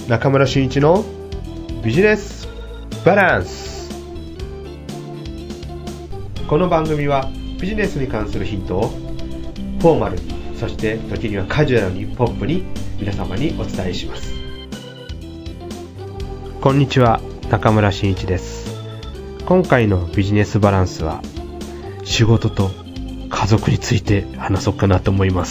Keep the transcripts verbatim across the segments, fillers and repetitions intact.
中村俊一のビジネスバランス。この番組はビジネスに関するヒントをフォーマルに、そして時にはカジュアルにポップに皆様にお伝えします。こんにちは、中村俊一です。今回のビジネスバランスは仕事と家族について話そうかなと思います。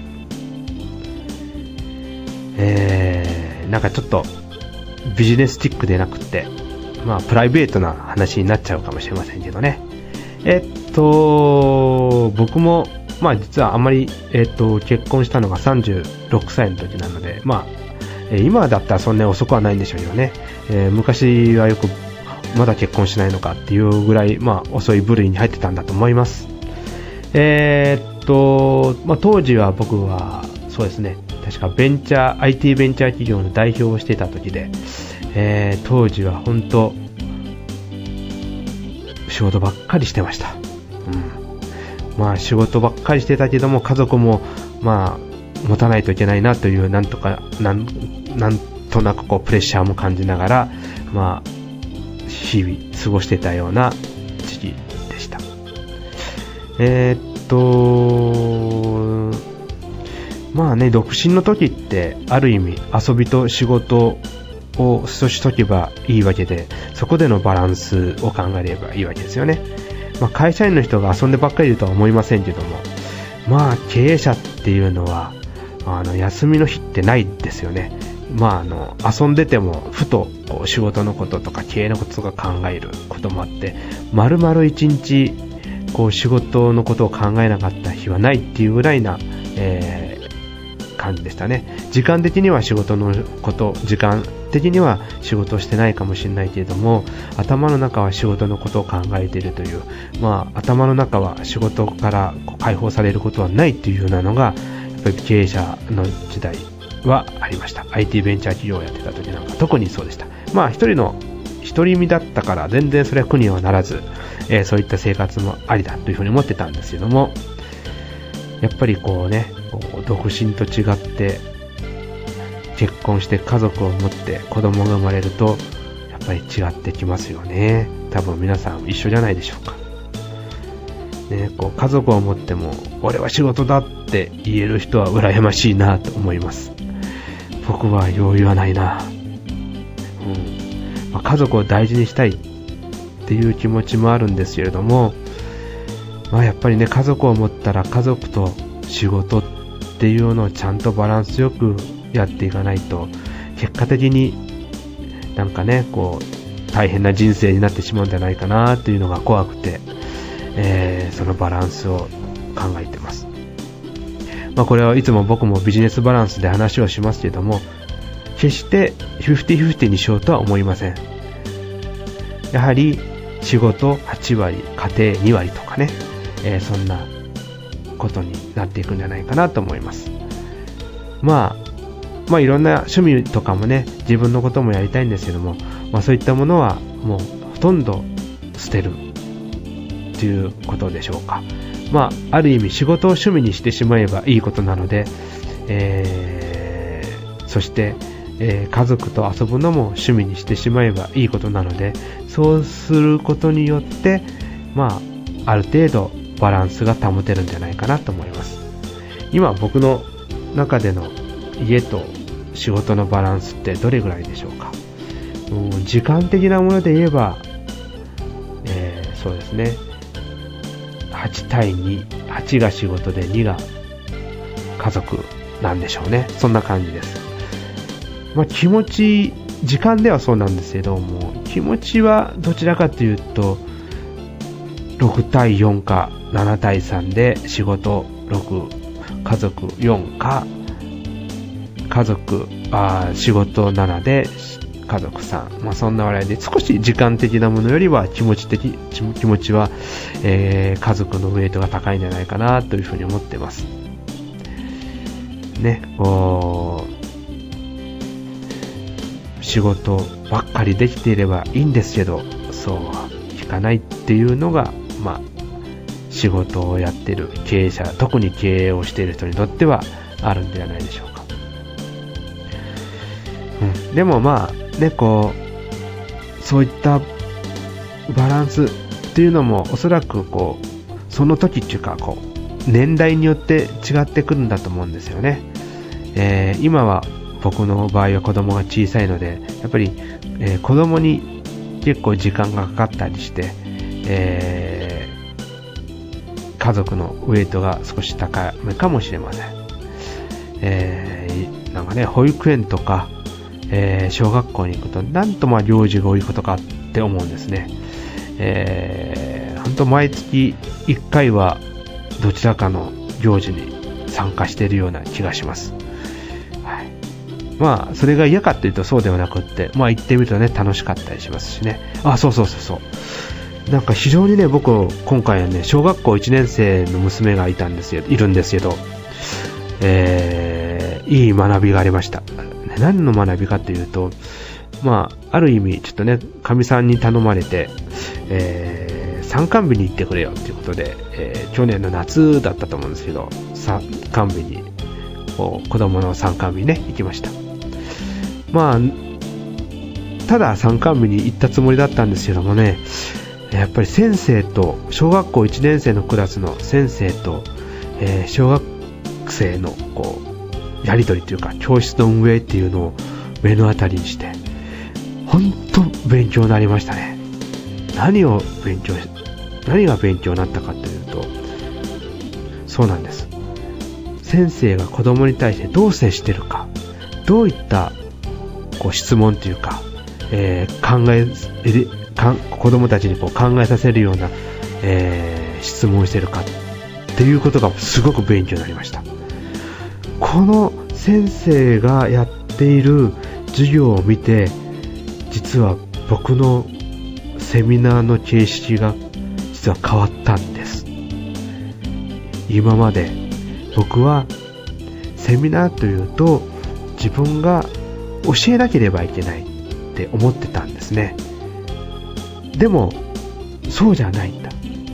えー、なんかちょっとビジネスチックでなくて、まあプライベートな話になっちゃうかもしれませんけどね。えっと僕もまあ実はあんまりえっと結婚したのがさんじゅうろくさいの時なので、まあ今だったらそんなに遅くはないんでしょうけどね。えー、昔はよくまだ結婚しないのかっていうぐらい、まあ遅い部類に入ってたんだと思います。えー、っとまあ当時は僕はそうですね。確かベンチャー アイティー ベンチャー企業の代表をしていた時で、えー、当時は本当仕事ばっかりしてました。うん、まあ仕事ばっかりしてたけども家族もまあ持たないといけないなというなんとかなんなんとなくこうプレッシャーも感じながらまあ日々過ごしてたような時期でした。えー、っとまあね、独身の時ってある意味遊びと仕事をしとけばいいわけで、そこでのバランスを考えればいいわけですよね。まあ、会社員の人が遊んでばっかりいるとは思いませんけども、まあ経営者っていうのはあの休みの日ってないですよね。まああの遊んでてもふとこう仕事のこととか経営のこととか考えることもあって、丸々一日こう仕事のことを考えなかった日はないっていうぐらいな、えー感じでしたね。時間的には仕事のこと時間的には仕事をしてないかもしれないけれども、頭の中は仕事のことを考えているという、まあ頭の中は仕事から解放されることはないというようなのがやっぱり経営者の時代はありました。 アイティー ベンチャー企業をやってた時なんか特にそうでした。まあ一人の独り身だったから全然それは苦にはならず、えー、そういった生活もありだというふうに思ってたんですけども、やっぱりこうね、独身と違って結婚して家族を持って子供が生まれるとやっぱり違ってきますよね。多分皆さん一緒じゃないでしょうか、ね、こう家族を持っても俺は仕事だって言える人は羨ましいなと思います。僕は余裕はないな、うんまあ、家族を大事にしたいっていう気持ちもあるんですけれども、まあ、やっぱりね家族を持ったら家族と仕事っていうのをちゃんとバランスよくやっていかないと結果的になんかねこう大変な人生になってしまうんじゃないかなっていうのが怖くて、えー、そのバランスを考えてます。まあ、これはいつも僕もビジネスバランスで話をしますけれども、決してフィフティフィフティにしようとは思いません。やはり仕事はちわり家庭にわりとかね、えー、そんなことになっていくんじゃないかなと思います。まあ、まあいろんな趣味とかもね自分のこともやりたいんですけども、まあ、そういったものはもうほとんど捨てるということでしょうか。まあある意味仕事を趣味にしてしまえばいいことなので、えー、そして、えー、家族と遊ぶのも趣味にしてしまえばいいことなので、そうすることによってまあある程度バランスが保てるんじゃないかなと思います。今僕の中での家と仕事のバランスってどれぐらいでしょうか。うん、時間的なもので言えば、えー、そうですねはちたいに、はちが仕事でにが家族なんでしょうね。そんな感じです。まあ気持ち時間ではそうなんですけども、気持ちはどちらかというとろくたいよんかななたいさんで仕事ろく、家族よんか家族あ仕事ななで家族さん、まあ、そんな割合で少し時間的なものよりは気持ち的気持ちは、えー、家族のウェイトが高いんじゃないかなというふうに思ってますね。こう仕事ばっかりできていればいいんですけど、そうはいかないっていうのがまあ仕事をやっている経営者、特に経営をしている人にとってはあるんではないでしょうか。 うん、でもまあね、こうそういったバランスっていうのもおそらくこうその時っていうかこう年代によって違ってくるんだと思うんですよね。えー、今は僕の場合は子供が小さいのでやっぱり、えー、子供に結構時間がかかったりして、えー、家族のウェイトが少し高めかもしれません。えー、なんかね、保育園とか、えー、小学校に行くとなんとまあ行事が多いことかって思うんですね。えー、本当毎月いっかいはどちらかの行事に参加しているような気がします。はい、まあそれが嫌かというとそうではなくって、まあ行ってみるとね楽しかったりしますしね。あ、そうそうそうそう。なんか非常にね、僕今回はね小学校いちねん生の娘がいたんですよ、いるんですけど、えー、いい学びがありました。何の学びかというと、まあある意味ちょっとねかみさんに頼まれて、えー、参観日に行ってくれよということで、えー、去年の夏だったと思うんですけど、参観日にこう子供の参観日ね行きました。まあただ参観日に行ったつもりだったんですけどもね、やっぱり先生と小学校いちねん生のクラスの先生と、えー、小学生のこうやり取りというか教室の運営っていうのを目の当たりにして本当勉強になりましたね。何を勉強し何が勉強になったかというと、そうなんです、先生が子供に対してどう接しているか、どういったこう質問というか、えー、考えか子供たちにこう考えさせるような、えー、質問をしているかっていうことがすごく勉強になりました。この先生がやっている授業を見て、実は僕のセミナーの形式が実は変わったんです。今まで僕はセミナーというと自分が教えなければいけないって思ってたんですね。でもそうじゃないんだ。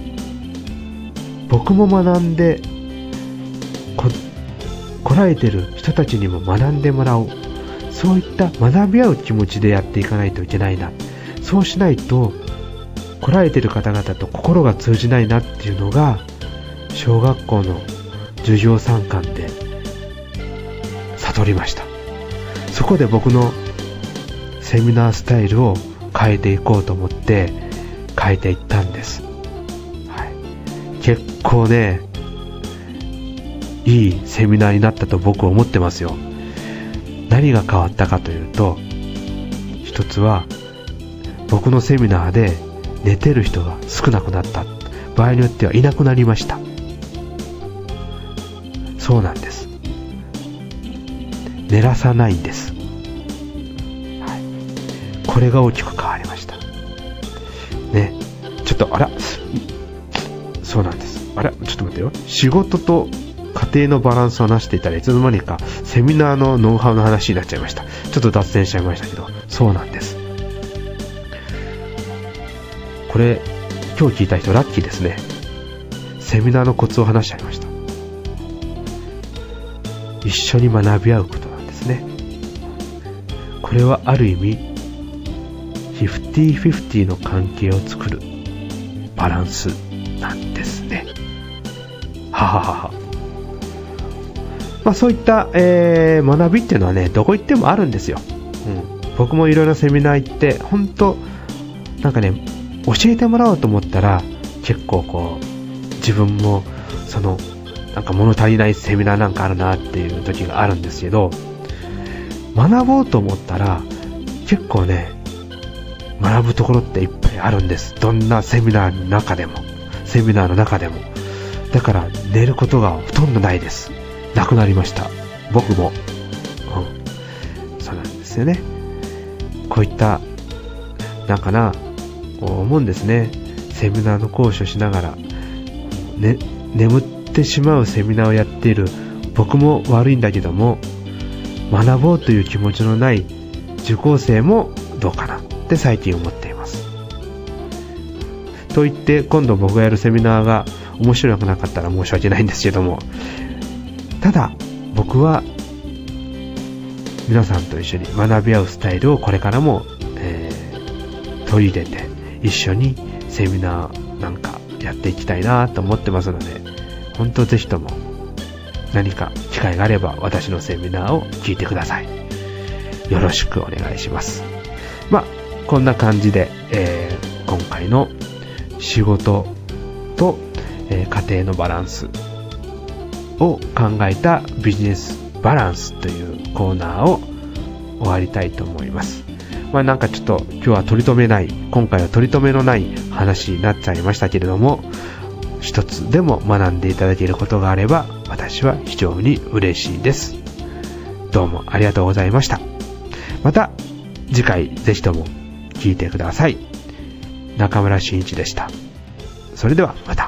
僕も学んでこ来られてる人たちにも学んでもらおう、そういった学び合う気持ちでやっていかないといけないな。そうしないと来られてる方々と心が通じないなっていうのが小学校の授業参観で悟りました。そこで僕のセミナースタイルを変えていこうと思って変えていったんです。はい、結構ねいいセミナーになったと僕は思ってますよ。何が変わったかというと、一つは僕のセミナーで寝てる人が少なくなった。場合によってはいなくなりました。そうなんです。寝らさないんです。はい、これが大きく変わりましたね。ちょっとあらそうなんです。あらちょっと待ってよ。仕事と家庭のバランスをなしていたらいつの間にかセミナーのノウハウの話になっちゃいました。ちょっと脱線しちゃいましたけど、そうなんです。これ今日聞いた人ラッキーですね。セミナーのコツを話しちゃいました。一緒に学び合うことなんですね。これはある意味フィフティーフィフティーの関係を作るバランスなんですね。はははは。まあそういった、えー、学びっていうのはね、どこ行ってもあるんですよ。うん、僕もいろいろなセミナー行って本当なんかね、教えてもらおうと思ったら結構こう自分もそのなんか物足りないセミナーなんかあるなっていう時があるんですけど、学ぼうと思ったら結構ね学ぶところっていっぱいあるんです。どんなセミナーの中でもセミナーの中でも。だから寝ることがほとんどないです。なくなりました、僕も。うん、そうなんですよね。こういったなんかな思うんですね。セミナーの講師をしながら、ね、眠ってしまうセミナーをやっている僕も悪いんだけども、学ぼうという気持ちのない受講生もどうかなって最近思っています。と言って今度僕がやるセミナーが面白くなかったら申し訳ないんですけども、ただ僕は皆さんと一緒に学び合うスタイルをこれからも、えー、取り入れて一緒にセミナーなんかやっていきたいなと思ってますので、本当ぜひとも何か機会があれば私のセミナーを聞いてください。よろしくお願いします。まあこんな感じで、えー、今回の仕事と、えー、家庭のバランスを考えたビジネスバランスというコーナーを終わりたいと思います。まあなんかちょっと今日は取り留めない、今回は取り留めのない話になっちゃいましたけれども、一つでも学んでいただけることがあれば私は非常に嬉しいです。どうもありがとうございました。また次回ぜひとも聞いてください。中村真一でした。それではまた。